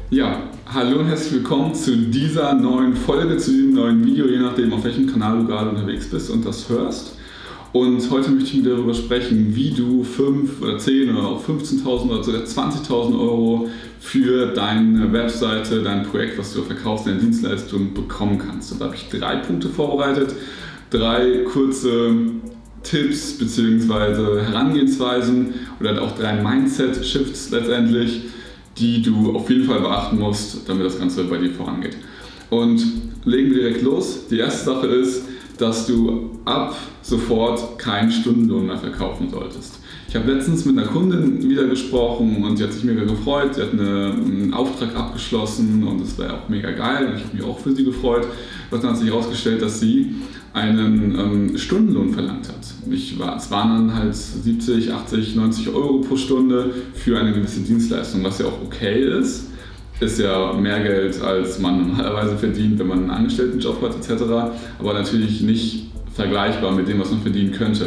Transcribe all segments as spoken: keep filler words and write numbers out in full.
Ja, hallo und herzlich willkommen zu dieser neuen Folge, zu diesem neuen Video, je nachdem auf welchem Kanal du gerade unterwegs bist und das hörst. Und heute möchte ich mit dir darüber sprechen, wie du fünf oder zehn oder auch fünfzehntausend oder sogar zwanzigtausend Euro für deine Webseite, dein Projekt, was du verkaufst, deine Dienstleistung bekommen kannst. Und da habe ich drei Punkte vorbereitet, drei kurze Tipps bzw. Herangehensweisen oder auch drei Mindset-Shifts letztendlich, die du auf jeden Fall beachten musst, damit das Ganze bei dir vorangeht. Und legen wir direkt los. Die erste Sache ist, dass du ab sofort keinen Stundenlohn mehr verkaufen solltest. Ich habe letztens mit einer Kundin wieder gesprochen und sie hat sich mega gefreut. Sie hat eine, einen Auftrag abgeschlossen und das war ja auch mega geil und ich habe mich auch für sie gefreut. Und dann hat sich herausgestellt, dass sie einen ähm, Stundenlohn verlangt hat. Ich war, es waren dann halt siebzig, achtzig, neunzig Euro pro Stunde für eine gewisse Dienstleistung, was ja auch okay ist. Ist ja mehr Geld, als man normalerweise verdient, wenn man einen Angestelltenjob hat et cetera. Aber natürlich nicht vergleichbar mit dem, was man verdienen könnte.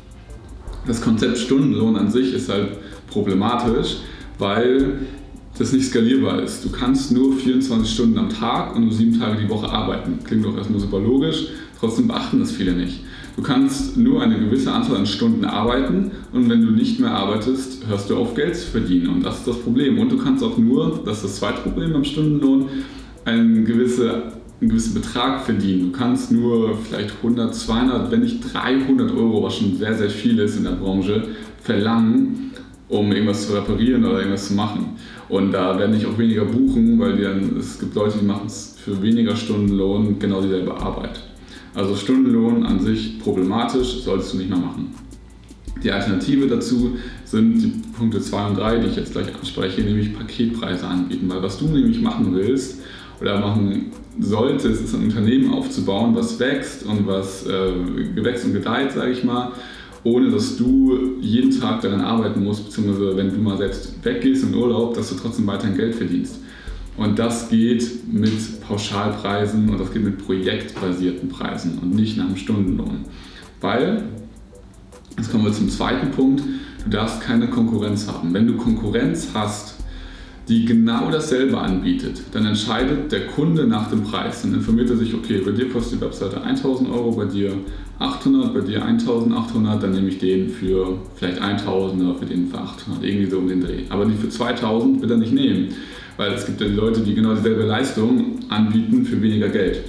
Das Konzept Stundenlohn an sich ist halt problematisch, weil das nicht skalierbar ist. Du kannst nur vierundzwanzig Stunden am Tag und nur sieben Tage die Woche arbeiten. Klingt doch erstmal super logisch, trotzdem beachten das viele nicht. Du kannst nur eine gewisse Anzahl an Stunden arbeiten und wenn du nicht mehr arbeitest, hörst du auf, Geld zu verdienen. Und das ist das Problem. Und du kannst auch nur, das ist das zweite Problem beim Stundenlohn, einen, gewisse, einen gewissen Betrag verdienen. Du kannst nur vielleicht hundert, zweihundert, wenn nicht dreihundert Euro, was schon sehr, sehr viel ist in der Branche, verlangen, um irgendwas zu reparieren oder irgendwas zu machen. Und da werden dich auch weniger buchen, weil die dann, es gibt Leute, die machen es für weniger Stundenlohn genau dieselbe Arbeit. Also Stundenlohn an sich problematisch, solltest du nicht mehr machen. Die Alternative dazu sind die Punkte zwei und drei, die ich jetzt gleich anspreche, nämlich Paketpreise anbieten. Weil was du nämlich machen willst oder machen solltest, ist ein Unternehmen aufzubauen, was wächst und was äh, gewächst und gedeiht, sage ich mal, ohne dass du jeden Tag daran arbeiten musst, beziehungsweise wenn du mal selbst weggehst in Urlaub, dass du trotzdem weiterhin Geld verdienst. Und das geht mit Pauschalpreisen und das geht mit projektbasierten Preisen und nicht nach dem Stundenlohn. Weil, jetzt kommen wir zum zweiten Punkt, du darfst keine Konkurrenz haben. Wenn du Konkurrenz hast, die genau dasselbe anbietet, dann entscheidet der Kunde nach dem Preis. Dann informiert er sich, okay, bei dir kostet die Webseite eintausend Euro, bei dir achthundert, bei dir eintausendachthundert, dann nehme ich den für vielleicht eintausend oder für den für achthundert, irgendwie so um den Dreh. Aber die für zweitausend wird er nicht nehmen. Weil es gibt ja die Leute, die genau dieselbe Leistung anbieten für weniger Geld.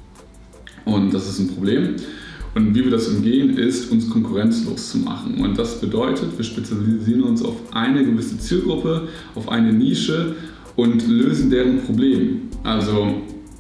Und das ist ein Problem. Und wie wir das umgehen, ist, uns konkurrenzlos zu machen. Und das bedeutet, wir spezialisieren uns auf eine gewisse Zielgruppe, auf eine Nische und lösen deren Problem. Also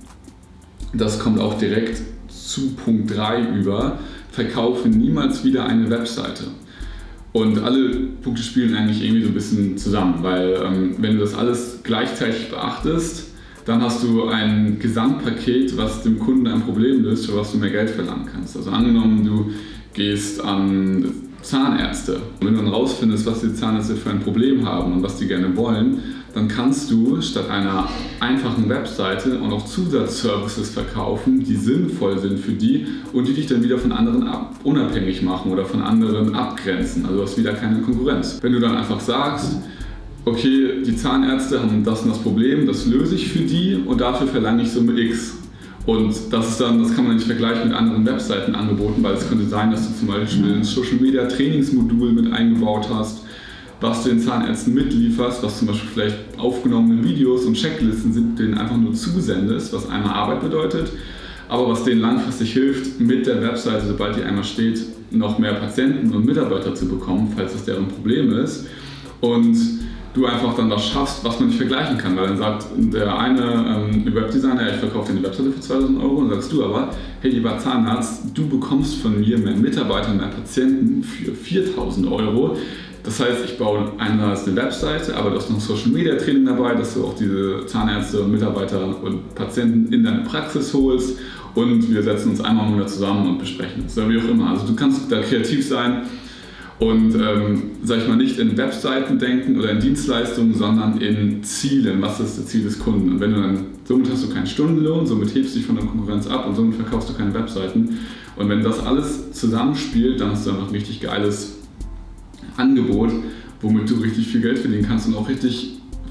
das kommt auch direkt zu Punkt drei über. Verkaufe niemals wieder eine Webseite. Und alle Punkte spielen eigentlich irgendwie so ein bisschen zusammen, weil ähm, wenn du das alles gleichzeitig beachtest, dann hast du ein Gesamtpaket, was dem Kunden ein Problem löst, für was du mehr Geld verlangen kannst. Also angenommen, du gehst an Zahnärzte und wenn du dann rausfindest, was die Zahnärzte für ein Problem haben und was die gerne wollen, dann kannst du statt einer einfachen Webseite auch noch Zusatzservices verkaufen, die sinnvoll sind für die und die dich dann wieder von anderen ab- unabhängig machen oder von anderen abgrenzen. Also du hast wieder keine Konkurrenz. Wenn du dann einfach sagst, okay, die Zahnärzte haben das und das Problem, das löse ich für die und dafür verlange ich Summe X. Und das ist dann, das kann man nicht vergleichen mit anderen Webseitenangeboten, weil es könnte sein, dass du zum Beispiel ein Social Media Trainingsmodul mit eingebaut hast, was du den Zahnärzten mitlieferst, was zum Beispiel vielleicht aufgenommene Videos und Checklisten sind, denen einfach nur zusendest, was einmal Arbeit bedeutet, aber was denen langfristig hilft, mit der Webseite, sobald die einmal steht, noch mehr Patienten und Mitarbeiter zu bekommen, falls das deren Problem ist. Und du einfach dann was schaffst, was man nicht vergleichen kann, weil dann sagt der eine ähm, Webdesigner, ich verkaufe dir eine Webseite für zweitausend Euro und dann sagst du aber, hey lieber Zahnarzt, du bekommst von mir mehr Mitarbeiter, mehr Patienten für viertausend Euro. Das heißt, ich baue einerseits eine Webseite, aber du hast noch Social Media Training dabei, dass du auch diese Zahnärzte, Mitarbeiter und Patienten in deine Praxis holst und wir setzen uns einmal im Monat zusammen und besprechen das, oder wie auch immer. Also du kannst da kreativ sein und, ähm, sag ich mal, nicht in Webseiten denken oder in Dienstleistungen, sondern in Zielen. Was ist das Ziel des Kunden? Und wenn du dann, somit hast du keinen Stundenlohn, somit hebst du dich von der Konkurrenz ab und somit verkaufst du keine Webseiten. Und wenn das alles zusammenspielt, dann hast du einfach ein richtig geiles Angebot, womit du richtig viel Geld verdienen kannst und auch richtig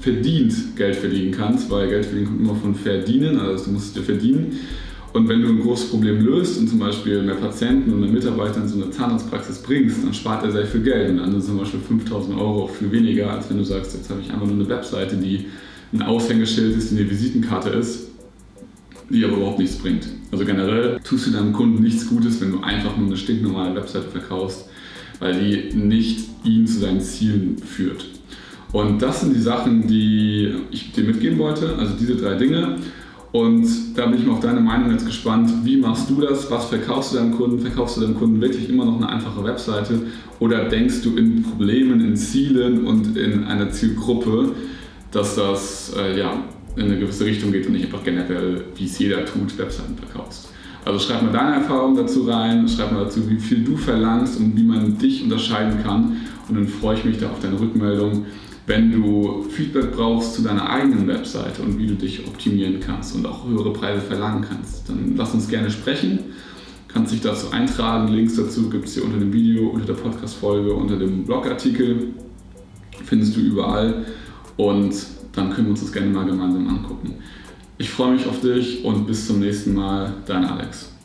verdient Geld verdienen kannst, weil Geld verdienen kommt immer von verdienen, also du musst es dir verdienen. Und wenn du ein großes Problem löst und zum Beispiel mehr Patienten und mehr Mitarbeiter in so eine Zahnarztpraxis bringst, dann spart er sehr viel Geld. Und dann sind zum Beispiel fünftausend Euro viel weniger, als wenn du sagst, jetzt habe ich einfach nur eine Webseite, die ein Aushängeschild ist, die eine Visitenkarte ist, die aber überhaupt nichts bringt. Also generell tust du deinem Kunden nichts Gutes, wenn du einfach nur eine stinknormale Webseite verkaufst, weil die nicht ihn zu seinen Zielen führt. Und das sind die Sachen, die ich dir mitgeben wollte, also diese drei Dinge. Und da bin ich mal auf deine Meinung jetzt gespannt. Wie machst du das? Was verkaufst du deinem Kunden? Verkaufst du deinem Kunden wirklich immer noch eine einfache Webseite? Oder denkst du in Problemen, in Zielen und in einer Zielgruppe, dass das äh, ja, in eine gewisse Richtung geht und nicht einfach generell, wie es jeder tut, Webseiten verkaufst? Also schreib mal deine Erfahrung dazu rein, schreib mal dazu, wie viel du verlangst und wie man dich unterscheiden kann. Und dann freue ich mich da auf deine Rückmeldung. Wenn du Feedback brauchst zu deiner eigenen Webseite und wie du dich optimieren kannst und auch höhere Preise verlangen kannst, dann lass uns gerne sprechen. Du kannst dich dazu eintragen. Links dazu gibt es hier unter dem Video, unter der Podcast-Folge, unter dem Blogartikel. Findest du überall. Und dann können wir uns das gerne mal gemeinsam angucken. Ich freue mich auf dich und bis zum nächsten Mal. Dein Alex.